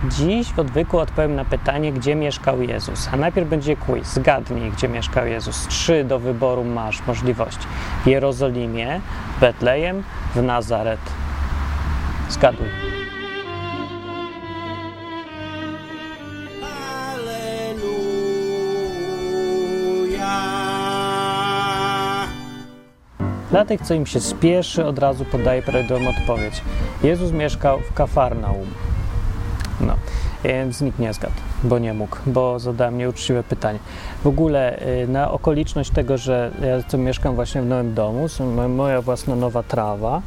Dziś w odwyku odpowiem na pytanie, gdzie mieszkał Jezus. A najpierw będzie quiz. Zgadnij, gdzie mieszkał Jezus. 3 do wyboru masz możliwości. W Jerozolimie, w Betlejem, w Nazaret. Zgaduj. Dla tych, co im się spieszy, od razu podaję prawidłową odpowiedź. Jezus mieszkał w Kafarnaum. No, więc nikt nie zgadł, bo nie mógł, bo zadałem nieuczciwe pytanie. W ogóle na okoliczność tego, że ja tu mieszkam właśnie w nowym domu, moja własna nowa trawa,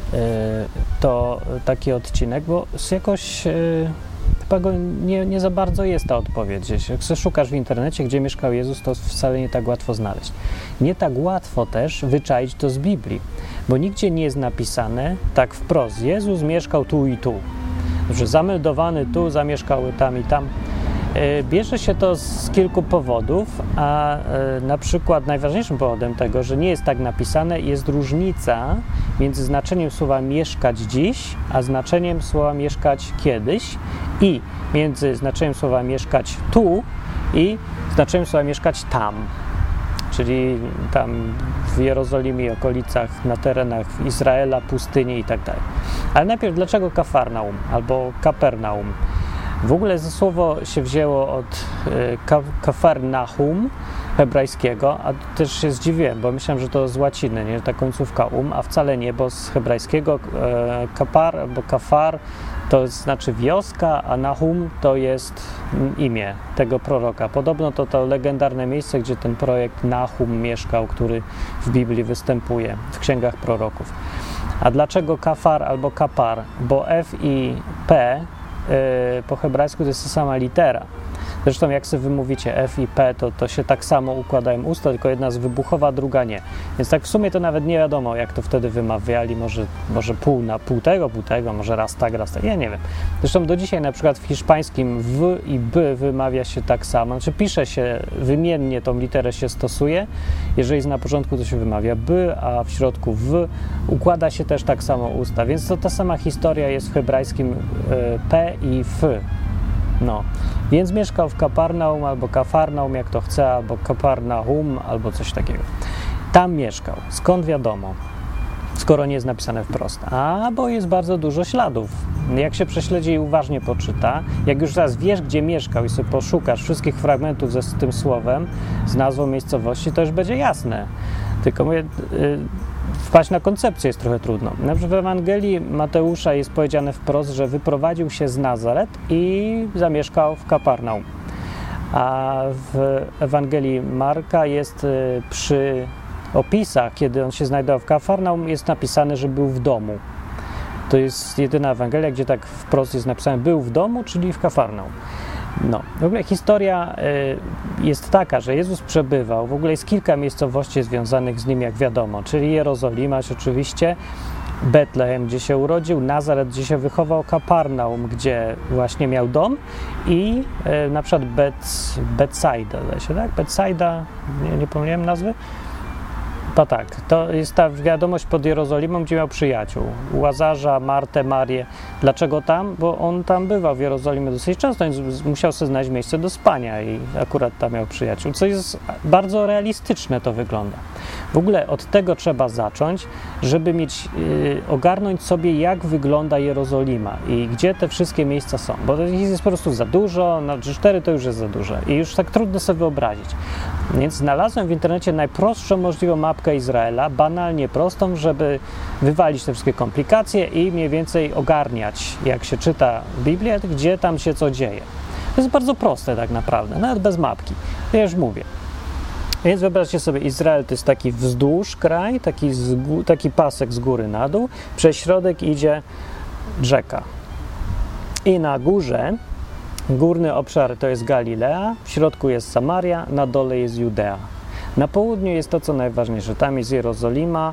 to taki odcinek, bo jakoś chyba go nie za bardzo jest ta odpowiedź. Jak szukasz w internecie, gdzie mieszkał Jezus, to wcale nie tak łatwo znaleźć. Nie tak łatwo też wyczaić to z Biblii, bo nigdzie nie jest napisane tak wprost. Jezus mieszkał tu i tu. Że zameldowany tu, zamieszkał tam i tam. Bierze się to z kilku powodów, a na przykład najważniejszym powodem tego, że nie jest tak napisane, jest różnica między znaczeniem słowa mieszkać dziś, a znaczeniem słowa mieszkać kiedyś i między znaczeniem słowa mieszkać tu i znaczeniem słowa mieszkać tam. Czyli tam w Jerozolimie, okolicach, na terenach Izraela, pustyni i tak dalej. Ale najpierw, dlaczego Kafarnaum albo Kapernaum? W ogóle to słowo się wzięło od Kafarnahum hebrajskiego, a też się zdziwiłem, bo myślałem, że to z łaciny, nie, ta końcówka a wcale nie, bo z hebrajskiego kapar albo kafar to znaczy wioska, a Nahum to jest imię tego proroka. Podobno to legendarne miejsce, gdzie ten projekt Nahum mieszkał, który w Biblii występuje, w księgach proroków. A dlaczego kafar albo kapar? Bo F i P po hebrajsku to jest ta sama litera. Zresztą jak sobie wymówicie F i P, to się tak samo układają usta, tylko jedna jest wybuchowa, druga nie. Więc tak w sumie to nawet nie wiadomo, jak to wtedy wymawiali, może pół na pół tego, może raz tak, ja nie wiem. Zresztą do dzisiaj na przykład w hiszpańskim W i B wymawia się tak samo, znaczy pisze się wymiennie, tą literę się stosuje, jeżeli jest na początku, to się wymawia B, a w środku W, układa się też tak samo usta, więc to ta sama historia jest w hebrajskim P i F. No, więc mieszkał w Kapernaum albo Kafarnaum, jak to chce, albo Kaparnahum, albo coś takiego. Tam mieszkał. Skąd wiadomo? Skoro nie jest napisane wprost. Bo jest bardzo dużo śladów. Jak się prześledzi i uważnie poczyta, jak już raz wiesz, gdzie mieszkał i sobie poszukasz wszystkich fragmentów z tym słowem, z nazwą miejscowości, to już będzie jasne. Tylko mówię, wpaść na koncepcję jest trochę trudno. Na przykład w Ewangelii Mateusza jest powiedziane wprost, że wyprowadził się z Nazaret i zamieszkał w Kapernaum. A w Ewangelii Marka jest przy opisach, kiedy on się znajdował w Kafarnaum, jest napisane, że był w domu. To jest jedyna Ewangelia, gdzie tak wprost jest napisane, był w domu, czyli w Kafarnaum. No, w ogóle historia jest taka, że Jezus przebywał, w ogóle jest kilka miejscowości związanych z nim, jak wiadomo, czyli Jerozolima oczywiście, Betlejem, gdzie się urodził, Nazaret, gdzie się wychował, Kapernaum, gdzie właśnie miał dom i na przykład Betsaida, tak? Betsaida, nie pomyliłem nazwy? Tak, to jest ta wiadomość pod Jerozolimą, gdzie miał przyjaciół. Łazarza, Martę, Marię. Dlaczego tam? Bo on tam bywał w Jerozolimie dosyć często, więc musiał sobie znaleźć miejsce do spania i akurat tam miał przyjaciół. Co jest bardzo realistyczne, to wygląda. W ogóle od tego trzeba zacząć, żeby ogarnąć sobie, jak wygląda Jerozolima i gdzie te wszystkie miejsca są. Bo ich jest po prostu za dużo, 4 to już jest za dużo i już tak trudno sobie wyobrazić. Więc znalazłem w internecie najprostszą możliwą mapkę Izraela, banalnie prostą, żeby wywalić te wszystkie komplikacje i mniej więcej ogarniać, jak się czyta Biblię, gdzie tam się co dzieje. To jest bardzo proste tak naprawdę, nawet bez mapki. Ja już mówię. Więc wyobraźcie sobie, Izrael to jest taki wzdłuż kraj, taki pasek z góry na dół, przez środek idzie rzeka. I na górze, górny obszar to jest Galilea, w środku jest Samaria, na dole jest Judea. Na południu jest to, co najważniejsze, tam jest Jerozolima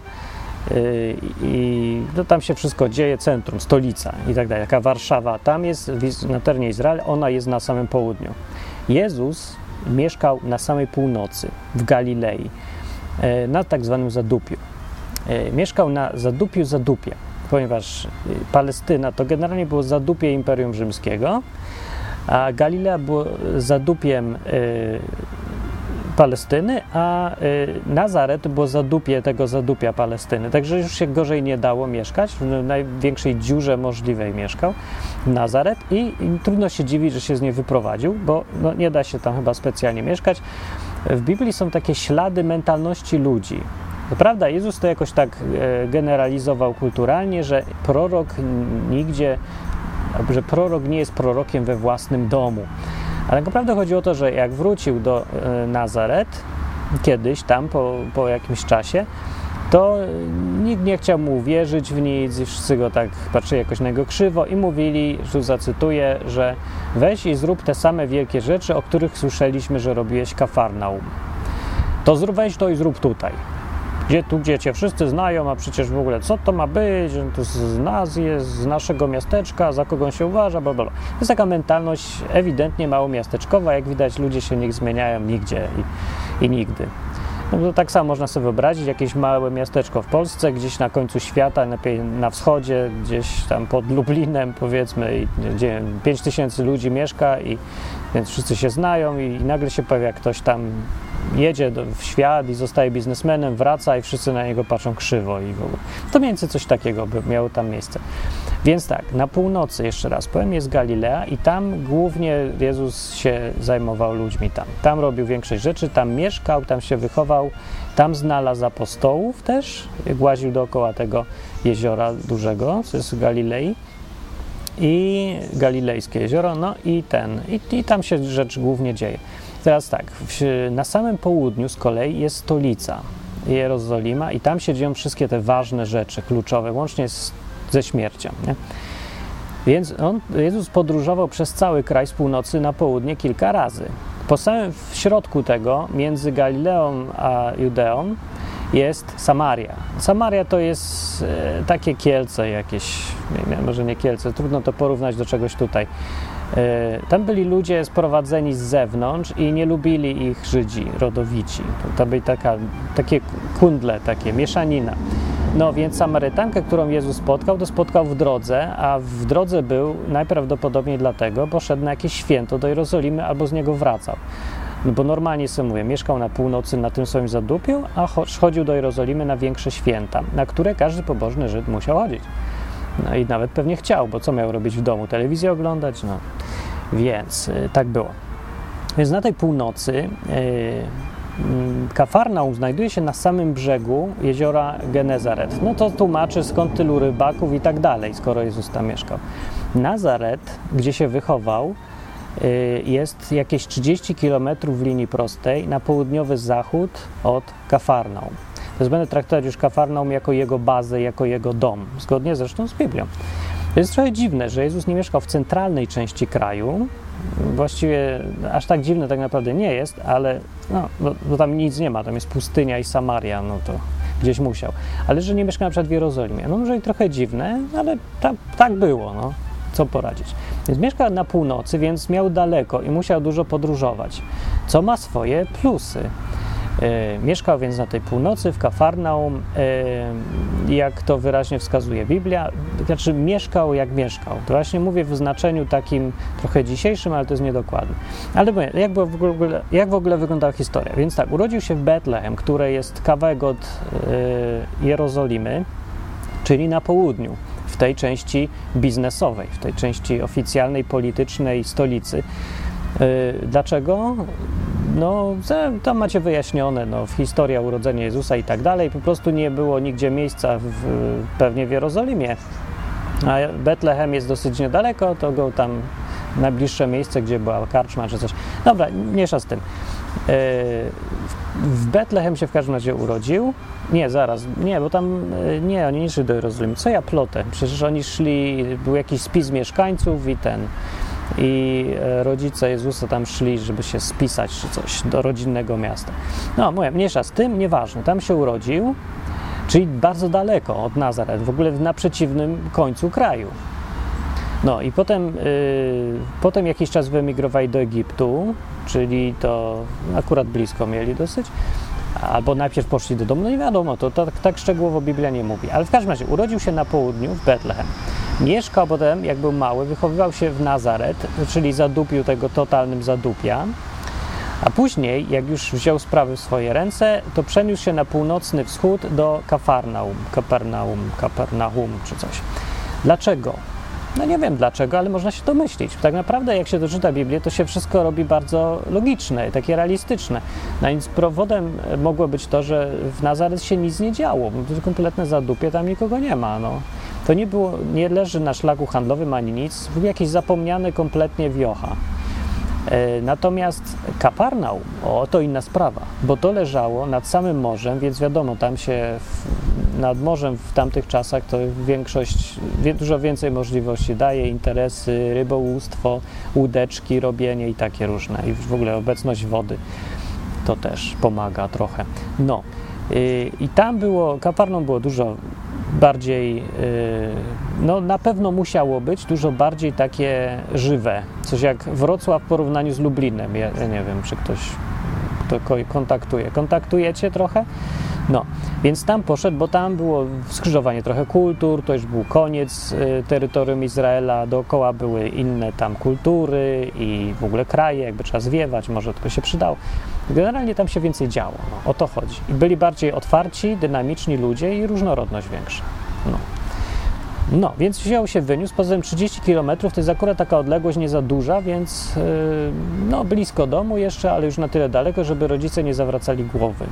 i tam się wszystko dzieje, centrum, stolica i tak dalej. Jaka Warszawa tam jest na terenie Izraela, ona jest na samym południu. Jezus mieszkał na samej północy, w Galilei, na tak zwanym Zadupiu. Mieszkał na Zadupie. ponieważ Palestyna to generalnie było zadupie Imperium Rzymskiego, a Galilea było zadupiem Palestyny, a Nazaret było zadupie tego zadupia Palestyny. Także już się gorzej nie dało mieszkać, w największej dziurze możliwej mieszkał Nazaret i trudno się dziwić, że się z niej wyprowadził, bo no, nie da się tam chyba specjalnie mieszkać. W Biblii są takie ślady mentalności ludzi. To prawda, Jezus to jakoś tak generalizował kulturalnie, że prorok nie jest prorokiem we własnym domu. Ale naprawdę chodzi o to, że jak wrócił do Nazaret, kiedyś tam po jakimś czasie, to nikt nie chciał mu wierzyć w nic i wszyscy go tak patrzyli jakoś na niego krzywo i mówili, że zacytuję, że weź i zrób te same wielkie rzeczy, o których słyszeliśmy, że robiłeś Kafarnaum. To weź to i zrób tutaj. Gdzie cię wszyscy znają, a przecież w ogóle co to ma być, to z nas jest, z naszego miasteczka, za kogo się uważa, bla, bla, bla. To jest taka mentalność ewidentnie małomiasteczkowa, jak widać ludzie się nie zmieniają nigdzie i nigdy. No to tak samo można sobie wyobrazić jakieś małe miasteczko w Polsce, gdzieś na końcu świata, na wschodzie, gdzieś tam pod Lublinem powiedzmy, i gdzie 5000 ludzi mieszka i więc wszyscy się znają i nagle się pojawia ktoś tam, jedzie w świat i zostaje biznesmenem, wraca i wszyscy na niego patrzą krzywo i w ogóle. To mniej więcej coś takiego by miało tam miejsce. Więc tak, na północy, jeszcze raz powiem, jest Galilea i tam głównie Jezus się zajmował ludźmi tam. Tam robił większość rzeczy, tam mieszkał, tam się wychował, tam znalazł apostołów też, łaził dookoła tego jeziora dużego, co jest w Galilei. I Galilejskie jezioro, no i tam się rzecz głównie dzieje. Teraz tak, na samym południu z kolei jest stolica Jerozolima i tam się dzieją wszystkie te ważne rzeczy, kluczowe, łącznie ze śmiercią. Nie? Więc Jezus podróżował przez cały kraj z północy na południe kilka razy. W środku tego, między Galileą a Judeą, jest Samaria. Samaria to jest takie Kielce jakieś, może nie Kielce, trudno to porównać do czegoś tutaj. Tam byli ludzie sprowadzeni z zewnątrz i nie lubili ich Żydzi, rodowici. To były takie kundle, takie mieszanina. No więc Samarytankę, którą Jezus spotkał, to spotkał w drodze, a w drodze był najprawdopodobniej dlatego, bo szedł na jakieś święto do Jerozolimy albo z niego wracał. No bo normalnie sobie mówię, mieszkał na północy na tym swoim zadupiu, a chodził do Jerozolimy na większe święta, na które każdy pobożny Żyd musiał chodzić. No i nawet pewnie chciał, bo co miał robić w domu? Telewizję oglądać? No. Więc tak było. Więc na tej północy Kafarnaum znajduje się na samym brzegu jeziora Genezaret. No to tłumaczy, skąd tylu rybaków i tak dalej, skoro Jezus tam mieszkał. Nazaret, gdzie się wychował, jest jakieś 30 km w linii prostej na południowy zachód od Kafarnaum. Więc będę traktować już Kafarnaum jako jego bazę, jako jego dom, zgodnie zresztą z Biblią. To jest trochę dziwne, że Jezus nie mieszkał w centralnej części kraju. Właściwie aż tak dziwne tak naprawdę nie jest, ale bo tam nic nie ma, tam jest pustynia i Samaria, no to gdzieś musiał. Ale że nie mieszkał na przykład w Jerozolimie, no może i trochę dziwne, ale tak było, no. Co poradzić. Więc mieszkał na północy, więc miał daleko i musiał dużo podróżować, co ma swoje plusy. Mieszkał więc na tej północy, w Kafarnaum, jak to wyraźnie wskazuje Biblia, znaczy mieszkał jak mieszkał. To właśnie mówię w znaczeniu takim trochę dzisiejszym, ale to jest niedokładne. Ale jak w ogóle wyglądała historia? Więc tak, urodził się w Betlehem, które jest kawałek od Jerozolimy, czyli na południu, w tej części biznesowej, w tej części oficjalnej, politycznej stolicy. Dlaczego? No, tam macie wyjaśnione, w historia urodzenia Jezusa i tak dalej. Po prostu nie było nigdzie miejsca pewnie w Jerozolimie. A Betlehem jest dosyć niedaleko, to go tam najbliższe miejsce, gdzie była karczma czy coś. Dobra, mniejsza z tym. W Betlehem się w każdym razie urodził. Bo tam oni nie szli do Jerozolimy. Co ja plotę? Przecież oni szli, był jakiś spis mieszkańców i rodzice Jezusa tam szli, żeby się spisać czy coś do rodzinnego miasta. No, mówię, mniejsza z tym, nieważne. Tam się urodził, czyli bardzo daleko od Nazaret, w ogóle na przeciwnym końcu kraju. No i potem jakiś czas wyemigrowali do Egiptu, czyli to akurat blisko mieli dosyć, albo najpierw poszli do domu, no nie wiadomo, to tak szczegółowo Biblia nie mówi. Ale w każdym razie urodził się na południu w Betlehem. Mieszkał potem, jak był mały, wychowywał się w Nazaret, czyli zadupił tego totalnym zadupia. A później, jak już wziął sprawy w swoje ręce, to przeniósł się na północny wschód do Kapernaum czy coś. Dlaczego? No nie wiem dlaczego, ale można się domyślić. Tak naprawdę jak się doczyta Biblię, to się wszystko robi bardzo logiczne, takie realistyczne. No więc powodem mogło być to, że w Nazaret się nic nie działo. To jest kompletne zadupie, tam nikogo nie ma. No. To nie leży na szlaku handlowym ani nic, był jakiś zapomniany kompletnie wiocha. Natomiast Kapernaum, to inna sprawa, bo to leżało nad samym morzem, więc wiadomo, tam się nad morzem w tamtych czasach to dużo więcej możliwości daje, interesy, rybołówstwo, łódeczki, robienie i takie różne. I w ogóle obecność wody to też pomaga trochę. No i tam Kapernaum było dużo bardziej, no na pewno musiało być dużo bardziej takie żywe, coś jak Wrocław w porównaniu z Lublinem. Ja nie wiem, czy ktoś to kontaktuje. Kontaktujecie trochę? No, więc tam poszedł, bo tam było skrzyżowanie trochę kultur, to już był koniec terytorium Izraela, dookoła były inne tam kultury i w ogóle kraje, jakby trzeba zwiewać, może to by się przydało. Generalnie tam się więcej działo, no, o to chodzi. I byli bardziej otwarci, dynamiczni ludzie i różnorodność większa. No, więc wziął się wyniósł, poza tym 30 km to jest akurat taka odległość nie za duża, więc no blisko domu jeszcze, ale już na tyle daleko, żeby rodzice nie zawracali głowy.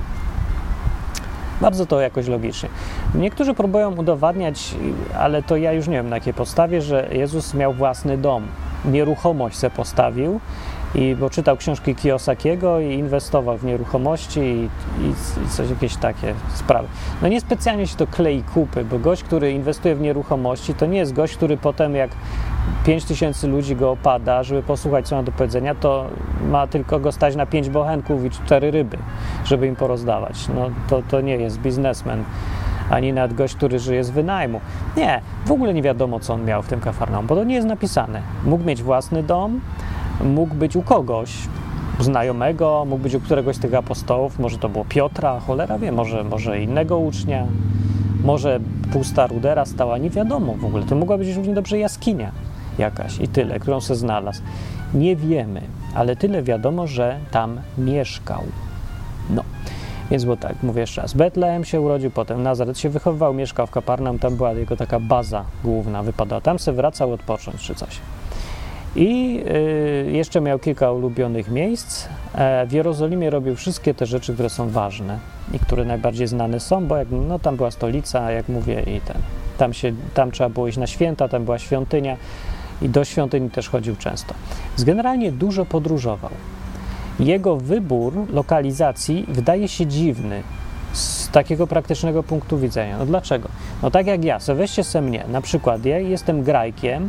Bardzo to jakoś logicznie. Niektórzy próbują udowadniać, ale to ja już nie wiem na jakiej podstawie, że Jezus miał własny dom. Nieruchomość se postawił, bo czytał książki Kiyosakiego i inwestował w nieruchomości i coś, jakieś takie sprawy. No niespecjalnie się to klei kupy, bo gość, który inwestuje w nieruchomości, to nie jest gość, który potem jak 5000 ludzi go opada, żeby posłuchać, co ma do powiedzenia, to ma tylko go stać na 5 bochenków i 4 ryby, żeby im porozdawać. No to nie jest biznesmen, ani nawet gość, który żyje z wynajmu. Nie, w ogóle nie wiadomo, co on miał w tym Kafarnaum, bo to nie jest napisane. Mógł mieć własny dom, mógł być u kogoś znajomego, mógł być u któregoś z tych apostołów, może to było Piotra, cholera wie, może innego ucznia, może pusta rudera stała, nie wiadomo w ogóle. To mogła być równie dobrze jaskinia jakaś i tyle, którą se znalazł. Nie wiemy, ale tyle wiadomo, że tam mieszkał. No, więc było tak, mówię jeszcze raz, Betlehem się urodził, potem Nazaret się wychowywał, mieszkał w Kapernaum, tam była jego taka baza główna, wypadała, tam se wracał odpocząć czy coś. I jeszcze miał kilka ulubionych miejsc. W Jerozolimie robił wszystkie te rzeczy, które są ważne i które najbardziej znane są, bo tam była stolica, jak mówię, i tam trzeba było iść na święta, tam była świątynia i do świątyni też chodził często. Więc generalnie dużo podróżował. Jego wybór lokalizacji wydaje się dziwny z takiego praktycznego punktu widzenia. No dlaczego? No tak jak ja, weźcie se mnie, na przykład ja jestem grajkiem,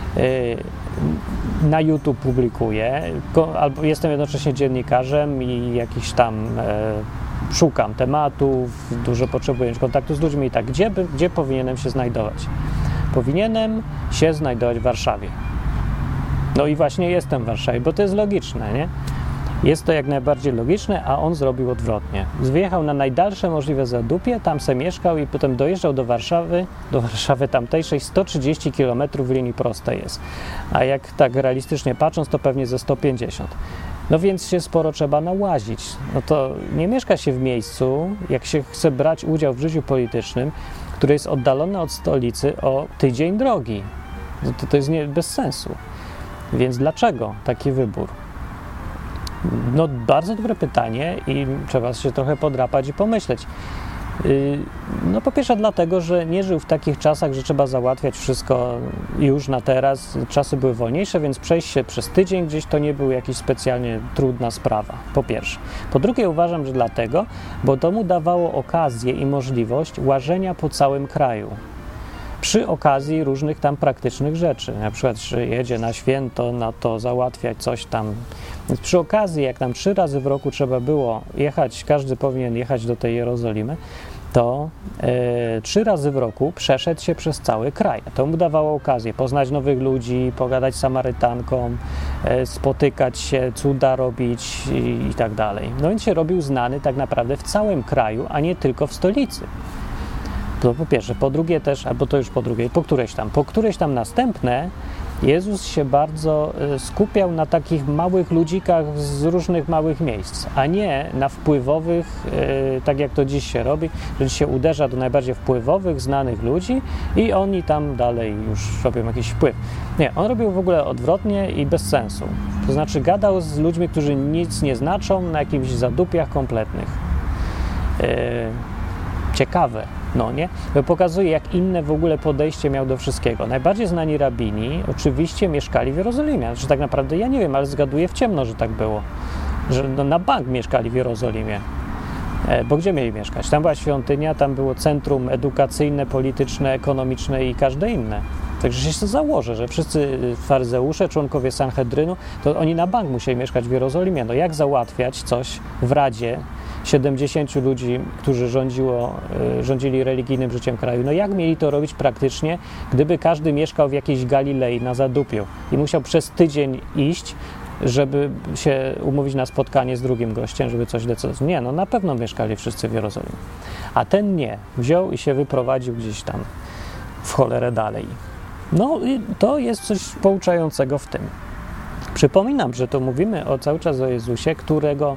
na YouTube publikuję, albo jestem jednocześnie dziennikarzem i jakiś tam szukam tematów, dużo potrzebuję kontaktu z ludźmi i tak. Gdzie powinienem się znajdować? Powinienem się znajdować w Warszawie. No i właśnie jestem w Warszawie, bo to jest logiczne, nie? Jest to jak najbardziej logiczne, a on zrobił odwrotnie. Wyjechał na najdalsze możliwe zadupie, tam se mieszkał i potem dojeżdżał do Warszawy tamtejszej 130 km w linii prostej jest. A jak tak realistycznie patrząc, to pewnie ze 150. No więc się sporo trzeba nałazić. No to nie mieszka się w miejscu, jak się chce brać udział w życiu politycznym, które jest oddalone od stolicy o tydzień drogi. To jest bez sensu. Więc dlaczego taki wybór? No bardzo dobre pytanie i trzeba się trochę podrapać i pomyśleć. No po pierwsze dlatego, że nie żył w takich czasach, że trzeba załatwiać wszystko już na teraz. Czasy były wolniejsze, więc przejść się przez tydzień gdzieś to nie był jakiś specjalnie trudna sprawa, po pierwsze. Po drugie uważam, że dlatego, bo to mu dawało okazję i możliwość łażenia po całym kraju. Przy okazji różnych tam praktycznych rzeczy, na przykład, że jedzie na święto, na to załatwiać coś tam. Więc przy okazji, jak tam 3 razy w roku trzeba było jechać, każdy powinien jechać do tej Jerozolimy, to 3 razy w roku przeszedł się przez cały kraj. To mu dawało okazję poznać nowych ludzi, pogadać z Samarytanką, spotykać się, cuda robić i tak dalej. No więc się robił znany tak naprawdę w całym kraju, a nie tylko w stolicy. To po pierwsze. Po drugie też, albo to już po drugiej, po któreś tam następne, Jezus się bardzo skupiał na takich małych ludzikach z różnych małych miejsc, a nie na wpływowych, tak jak to dziś się robi, że się uderza do najbardziej wpływowych, znanych ludzi i oni tam dalej już robią jakiś wpływ. Nie, on robił w ogóle odwrotnie i bez sensu. To znaczy gadał z ludźmi, którzy nic nie znaczą, na jakichś zadupiach kompletnych. Ciekawe. No nie? Pokazuje, jak inne w ogóle podejście miał do wszystkiego. Najbardziej znani rabini oczywiście mieszkali w Jerozolimie. Że tak naprawdę, ja nie wiem, ale zgaduję w ciemno, że tak było. Że na bank mieszkali w Jerozolimie. Bo gdzie mieli mieszkać? Tam była świątynia, tam było centrum edukacyjne, polityczne, ekonomiczne i każde inne. Także się założę, że wszyscy faryzeusze, członkowie Sanhedrynu, to oni na bank musieli mieszkać w Jerozolimie. No jak załatwiać coś w Radzie 70 ludzi, którzy rządzili religijnym życiem kraju? No jak mieli to robić praktycznie, gdyby każdy mieszkał w jakiejś Galilei na zadupiu i musiał przez tydzień iść, żeby się umówić na spotkanie z drugim gościem, żeby coś decydować? Nie, no na pewno mieszkali wszyscy w Jerozolimie. A ten nie. Wziął i się wyprowadził gdzieś tam w cholerę dalej. No i to jest coś pouczającego w tym. Przypominam, że to mówimy cały czas o Jezusie, którego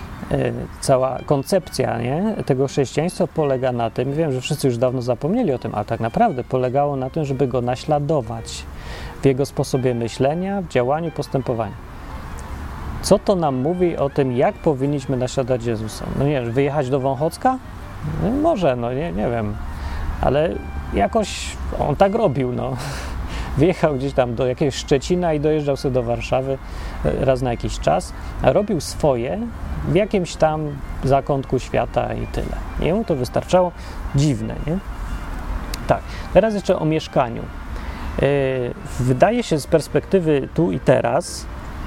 cała koncepcja, nie, tego chrześcijaństwa polega na tym, wiem, że wszyscy już dawno zapomnieli o tym, ale tak naprawdę polegało na tym, żeby go naśladować w jego sposobie myślenia, w działaniu, postępowaniu. Co to nam mówi o tym, jak powinniśmy naśladować Jezusa? No nie, wyjechać do Wąchocka? No może, no nie wiem, ale jakoś on tak robił, no. Wyjechał gdzieś tam do jakiegoś Szczecina i dojeżdżał sobie do Warszawy raz na jakiś czas, a robił swoje w jakimś tam zakątku świata i tyle. Jemu to wystarczało. Dziwne, nie? Tak. Teraz jeszcze o mieszkaniu. Wydaje się z perspektywy tu i teraz,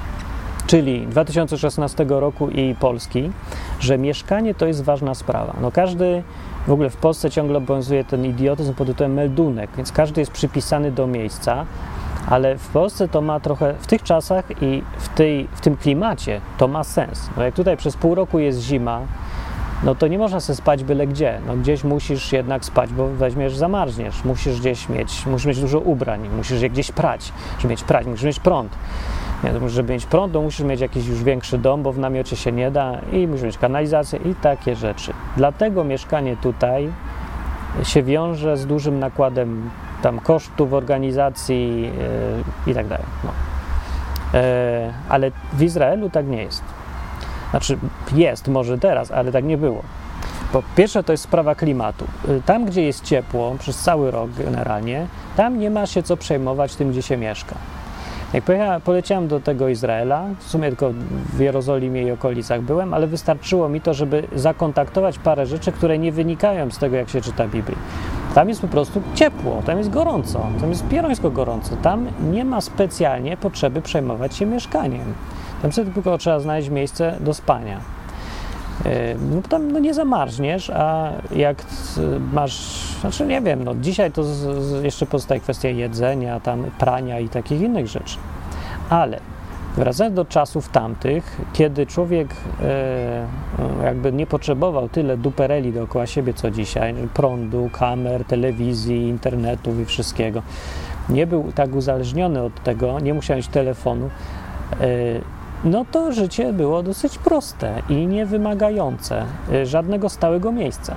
czyli 2016 roku i Polski, że mieszkanie to jest ważna sprawa. No każdy, w ogóle w Polsce ciągle obowiązuje ten idiotyzm pod tytułem meldunek, więc każdy jest przypisany do miejsca, ale w Polsce to ma trochę, w tych czasach i w tym klimacie to ma sens. No jak tutaj przez pół roku jest zima, no to nie można sobie spać byle gdzie. No gdzieś musisz jednak spać, bo weźmiesz, zamarzniesz. Musisz mieć dużo ubrań, musisz je gdzieś prać, musisz mieć prąd. Nie, żeby mieć prąd, to musisz mieć jakiś już większy dom, bo w namiocie się nie da i musisz mieć kanalizację i takie rzeczy. Dlatego mieszkanie tutaj się wiąże z dużym nakładem tam kosztów organizacji i tak dalej. No. Ale w Izraelu tak nie jest. Znaczy jest może teraz, ale tak nie było. Po pierwsze to jest sprawa klimatu. Tam, gdzie jest ciepło przez cały rok generalnie, tam nie ma się co przejmować tym, gdzie się mieszka. Jak poleciałem do tego Izraela, w sumie tylko w Jerozolimie i okolicach byłem, ale wystarczyło mi to, żeby zakontaktować parę rzeczy, które nie wynikają z tego, jak się czyta Biblię. Tam jest po prostu ciepło, tam jest gorąco, tam jest pierońsko gorąco. Tam nie ma specjalnie potrzeby przejmować się mieszkaniem. Tam sobie tylko trzeba znaleźć miejsce do spania. No tam no nie zamarzniesz, a jak masz, znaczy nie wiem, no dzisiaj to jeszcze pozostaje kwestia jedzenia, tam prania i takich innych rzeczy. Ale wracając do czasów tamtych, kiedy człowiek jakby nie potrzebował tyle dupereli dookoła siebie co dzisiaj, prądu, kamer, telewizji, internetu i wszystkiego, nie był tak uzależniony od tego, nie musiał mieć telefonu, no to życie było dosyć proste i niewymagające żadnego stałego miejsca.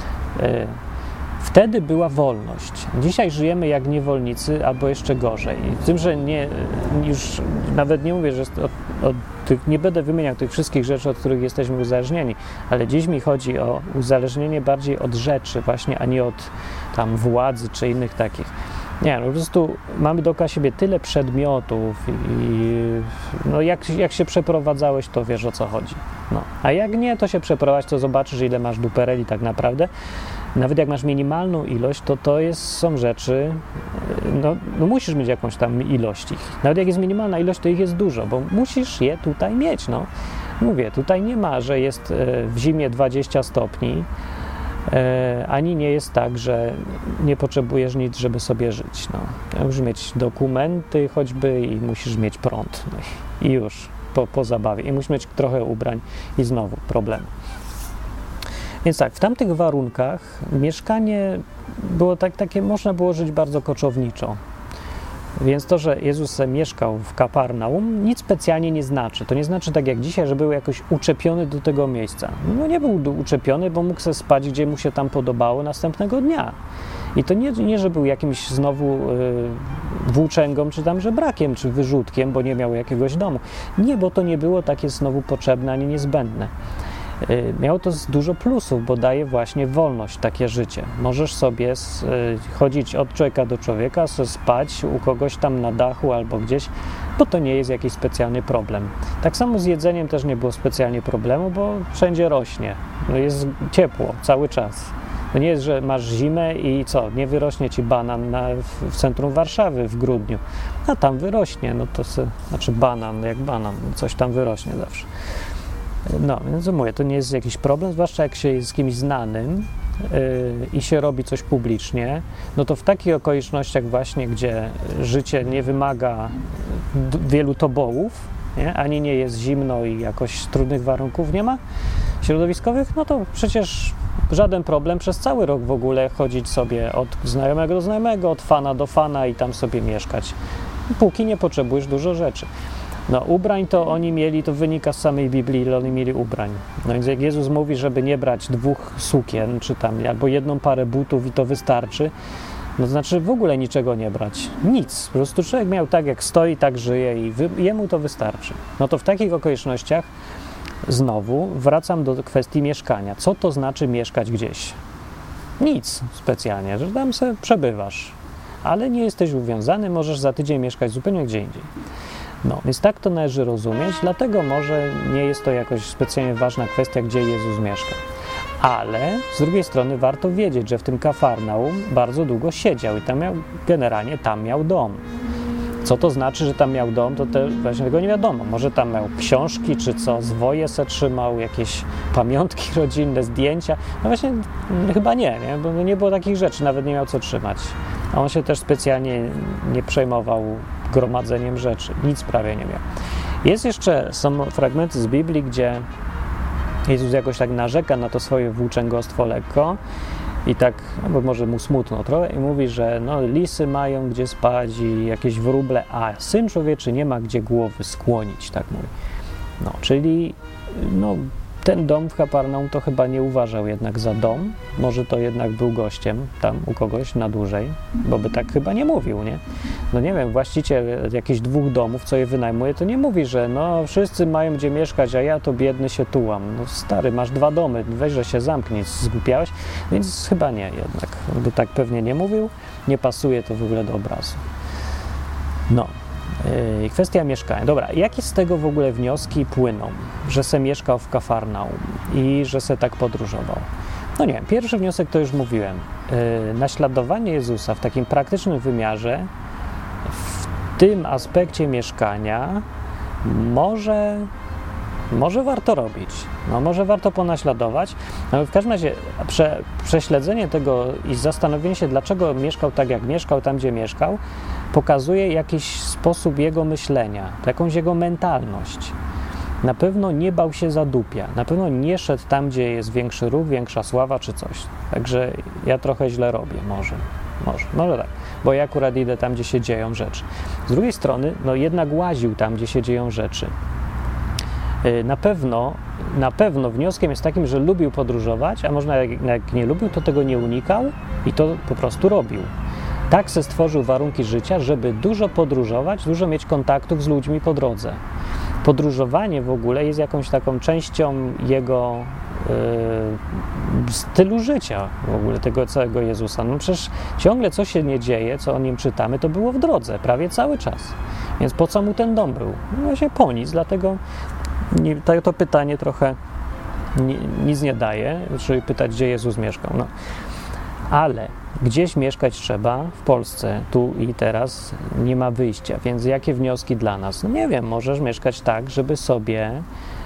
Wtedy była wolność. Dzisiaj żyjemy jak niewolnicy, albo jeszcze gorzej. Tym, że już nawet nie mówię, że nie będę wymieniał tych wszystkich rzeczy, od których jesteśmy uzależnieni, ale dziś mi chodzi o uzależnienie bardziej od rzeczy właśnie, a nie od tam władzy czy innych takich. Nie, no po prostu mamy dookoła siebie tyle przedmiotów i no jak się przeprowadzałeś, to wiesz, o co chodzi. No. A jak nie, to się przeprowadź, to zobaczysz, ile masz dupereli tak naprawdę. Nawet jak masz minimalną ilość, to są rzeczy, no musisz mieć jakąś tam ilość ich. Nawet jak jest minimalna ilość, to ich jest dużo, bo musisz je tutaj mieć, no. Mówię, tutaj nie ma, że jest w zimie 20 stopni, ani nie jest tak, że nie potrzebujesz nic, żeby sobie żyć. No. Musisz mieć dokumenty choćby i musisz mieć prąd. No i już, po zabawie. I musisz mieć trochę ubrań i znowu problemy. Więc tak, w tamtych warunkach mieszkanie było takie, można było żyć bardzo koczowniczo. Więc to, że Jezus mieszkał w Kafarnaum, nic specjalnie nie znaczy. To nie znaczy tak jak dzisiaj, że był jakoś uczepiony do tego miejsca. No nie był uczepiony, bo mógł sobie spać, gdzie mu się tam podobało następnego dnia. I to nie że był jakimś znowu włóczęgą, czy tam żebrakiem, czy wyrzutkiem, bo nie miał jakiegoś domu. Nie, bo to nie było takie znowu potrzebne, ani niezbędne. Miało to dużo plusów, bo daje właśnie wolność, takie życie. Możesz sobie chodzić od człowieka do człowieka, spać u kogoś tam na dachu albo gdzieś, bo to nie jest jakiś specjalny problem. Tak samo z jedzeniem też nie było specjalnie problemu, bo wszędzie rośnie. No jest ciepło cały czas. To nie jest, że masz zimę i co, nie wyrośnie ci banan w centrum Warszawy w grudniu. A tam wyrośnie, no to znaczy banan jak banan, coś tam wyrośnie zawsze. No, więc mówię, to nie jest jakiś problem, zwłaszcza jak się jest z kimś znanym i się robi coś publicznie, no to w takich okolicznościach właśnie, gdzie życie nie wymaga wielu tobołów, nie? Ani nie jest zimno i jakoś trudnych warunków nie ma środowiskowych, no to przecież żaden problem przez cały rok w ogóle chodzić sobie od znajomego do znajomego, od fana do fana i tam sobie mieszkać, póki nie potrzebujesz dużo rzeczy. No ubrań to oni mieli, to wynika z samej Biblii, ile oni mieli ubrań. No więc jak Jezus mówi, żeby nie brać 2 sukien, czy tam albo 1 parę butów i to wystarczy, no to znaczy w ogóle niczego nie brać. Nic. Po prostu człowiek miał tak jak stoi, tak żyje i jemu to wystarczy. No to w takich okolicznościach znowu wracam do kwestii mieszkania. Co to znaczy mieszkać gdzieś? Nic specjalnie, że tam sobie przebywasz, ale nie jesteś uwiązany, możesz za tydzień mieszkać zupełnie gdzie indziej. No, więc tak to należy rozumieć, dlatego może nie jest to jakoś specjalnie ważna kwestia, gdzie Jezus mieszka. Ale z drugiej strony warto wiedzieć, że w tym Kafarnaum bardzo długo siedział i generalnie tam miał dom. Co to znaczy, że tam miał dom, to też właśnie tego nie wiadomo. Może tam miał książki, czy co, zwoje se trzymał, jakieś pamiątki rodzinne, zdjęcia. No właśnie chyba nie, bo nie było takich rzeczy, nawet nie miał co trzymać. A on się też specjalnie nie przejmował gromadzeniem rzeczy, nic prawie nie miał. Są fragmenty z Biblii, gdzie Jezus jakoś tak narzeka na to swoje włóczęgostwo lekko i tak, bo może mu smutno trochę i mówi, że no, lisy mają gdzie spać i jakieś wróble, a Syn Człowieczy nie ma gdzie głowy skłonić, tak mówi. No, czyli no, ten dom w Kafarnaum to chyba nie uważał jednak za dom, może to jednak był gościem tam u kogoś na dłużej, bo by tak chyba nie mówił, nie? No nie wiem, właściciel jakichś 2 domów, co je wynajmuje, to nie mówi, że no wszyscy mają gdzie mieszkać, a ja to biedny się tułam. No stary, masz 2 domy, weź, że się zamknij, zgłupiałeś, więc chyba nie jednak, by tak pewnie nie mówił, nie pasuje to w ogóle do obrazu. No. Kwestia mieszkania. Dobra, jakie z tego w ogóle wnioski płyną, że se mieszkał w Kafarnaum i że se tak podróżował? No nie wiem, pierwszy wniosek to już mówiłem. Naśladowanie Jezusa w takim praktycznym wymiarze, w tym aspekcie mieszkania może warto robić. No może warto ponaśladować. No w każdym razie prześledzenie tego i zastanowienie się, dlaczego mieszkał tak, jak mieszkał, tam, gdzie mieszkał, pokazuje jakiś sposób jego myślenia, jakąś jego mentalność. Na pewno nie bał się zadupia, na pewno nie szedł tam, gdzie jest większy ruch, większa sława czy coś. Także ja trochę źle robię, może tak, bo ja akurat idę tam, gdzie się dzieją rzeczy. Z drugiej strony, no jednak łaził tam, gdzie się dzieją rzeczy. Na pewno wnioskiem jest takim, że lubił podróżować, a może jak nie lubił, to tego nie unikał i to po prostu robił. Tak se stworzył warunki życia, żeby dużo podróżować, dużo mieć kontaktów z ludźmi po drodze. Podróżowanie w ogóle jest jakąś taką częścią jego stylu życia w ogóle, tego całego Jezusa. No przecież ciągle co się nie dzieje, co o nim czytamy, to było w drodze, prawie cały czas. Więc po co mu ten dom był? No właśnie po nic, dlatego to pytanie trochę nic nie daje, czyli pytać, gdzie Jezus mieszkał. No. Ale gdzieś mieszkać trzeba, w Polsce, tu i teraz nie ma wyjścia, więc jakie wnioski dla nas? No nie wiem, możesz mieszkać tak, żeby sobie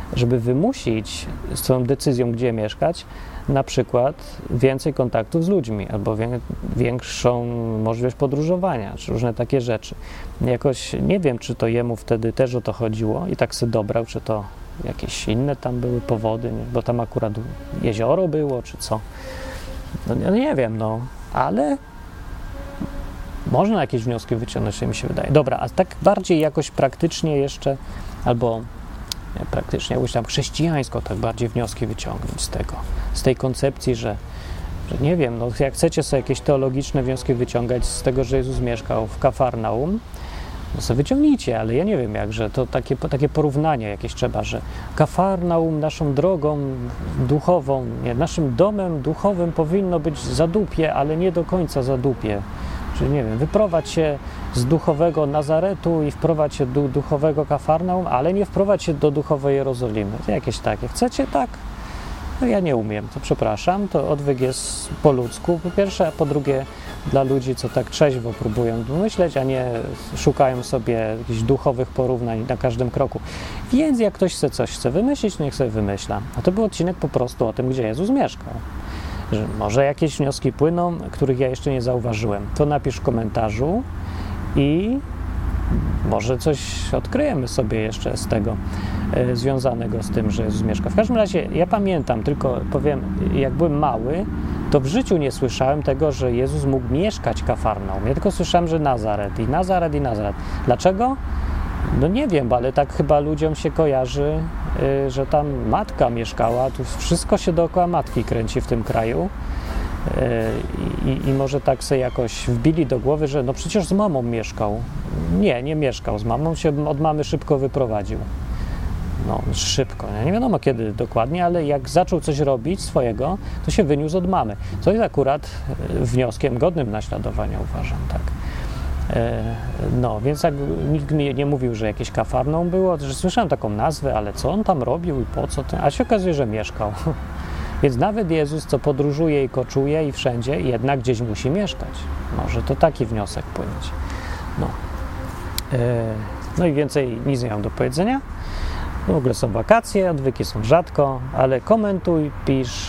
żeby wymusić swoją decyzją, gdzie mieszkać, na przykład więcej kontaktów z ludźmi albo większą możliwość podróżowania, czy różne takie rzeczy. Jakoś nie wiem, czy to jemu wtedy też o to chodziło i tak sobie dobrał, czy to jakieś inne tam były powody, nie? Bo tam akurat jezioro było, czy co. No nie wiem, no, ale można jakieś wnioski wyciągnąć, mi się wydaje. Dobra, a tak bardziej jakoś praktycznie jeszcze, albo nie, praktycznie jakoś tam chrześcijańsko tak bardziej wnioski wyciągnąć z tego, z tej koncepcji, że nie wiem, no jak chcecie sobie jakieś teologiczne wnioski wyciągać z tego, że Jezus mieszkał w Kafarnaum, no sobie wyciągnijcie, ale ja nie wiem jak, że to takie porównanie jakieś trzeba, że Kafarnaum naszą drogą duchową, nie, naszym domem duchowym powinno być zadupie, ale nie do końca zadupie. Czyli nie wiem, wyprowadź się z duchowego Nazaretu i wprowadź się do duchowego Kafarnaum, ale nie wprowadź się do duchowej Jerozolimy. Jakieś takie. Chcecie tak? No ja nie umiem, to przepraszam, to odwyk jest po ludzku, po pierwsze, a po drugie dla ludzi, co tak trzeźwo próbują myśleć, a nie szukają sobie jakichś duchowych porównań na każdym kroku. Więc jak ktoś chce wymyślić, niech sobie wymyśla. A to był odcinek po prostu o tym, gdzie Jezus mieszkał. Że może jakieś wnioski płyną, których ja jeszcze nie zauważyłem. To napisz w komentarzu i może coś odkryjemy sobie jeszcze z tego związanego z tym, że Jezus mieszka. W każdym razie ja pamiętam, tylko powiem, jak byłem mały, to w życiu nie słyszałem tego, że Jezus mógł mieszkać w Kafarnaum. Ja tylko słyszałem, że Nazaret. Dlaczego? No nie wiem, ale tak chyba ludziom się kojarzy, że tam matka mieszkała, tu wszystko się dookoła matki kręci w tym kraju i może tak sobie jakoś wbili do głowy, że no przecież z mamą mieszkał. Nie mieszkał z mamą, się od mamy szybko wyprowadził. No szybko, nie wiadomo kiedy dokładnie, ale jak zaczął coś robić swojego, to się wyniósł od mamy. To jest akurat wnioskiem godnym naśladowania, uważam, tak. No, więc jak nikt mi nie mówił, że jakieś Kafarnaum było, że słyszałem taką nazwę, ale co on tam robił i po co? A się okazuje, że mieszkał. Więc nawet Jezus, co podróżuje i koczuje i wszędzie, jednak gdzieś musi mieszkać. Może to taki wniosek płynąć. No, no i więcej nic nie mam do powiedzenia. W ogóle są wakacje, odwyki są rzadko, ale komentuj, pisz,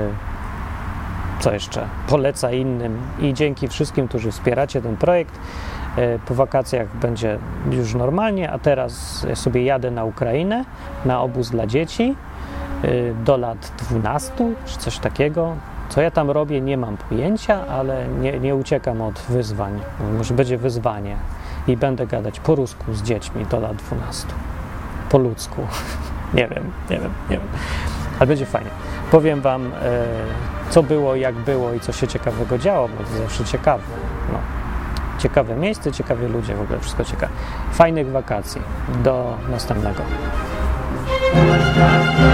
co jeszcze, polecaj innym i dzięki wszystkim, którzy wspieracie ten projekt. Po wakacjach będzie już normalnie, a teraz sobie jadę na Ukrainę, na obóz dla dzieci do lat 12 czy coś takiego. Co ja tam robię, nie mam pojęcia, ale nie uciekam od wyzwań. Może będzie wyzwanie i będę gadać po rusku z dziećmi do lat 12. Po ludzku. Nie wiem. Ale będzie fajnie. Powiem wam, co było, jak było i co się ciekawego działo, bo to zawsze ciekawe. No. Ciekawe miejsce, ciekawe ludzie, w ogóle wszystko ciekawe. Fajnych wakacji. Do następnego.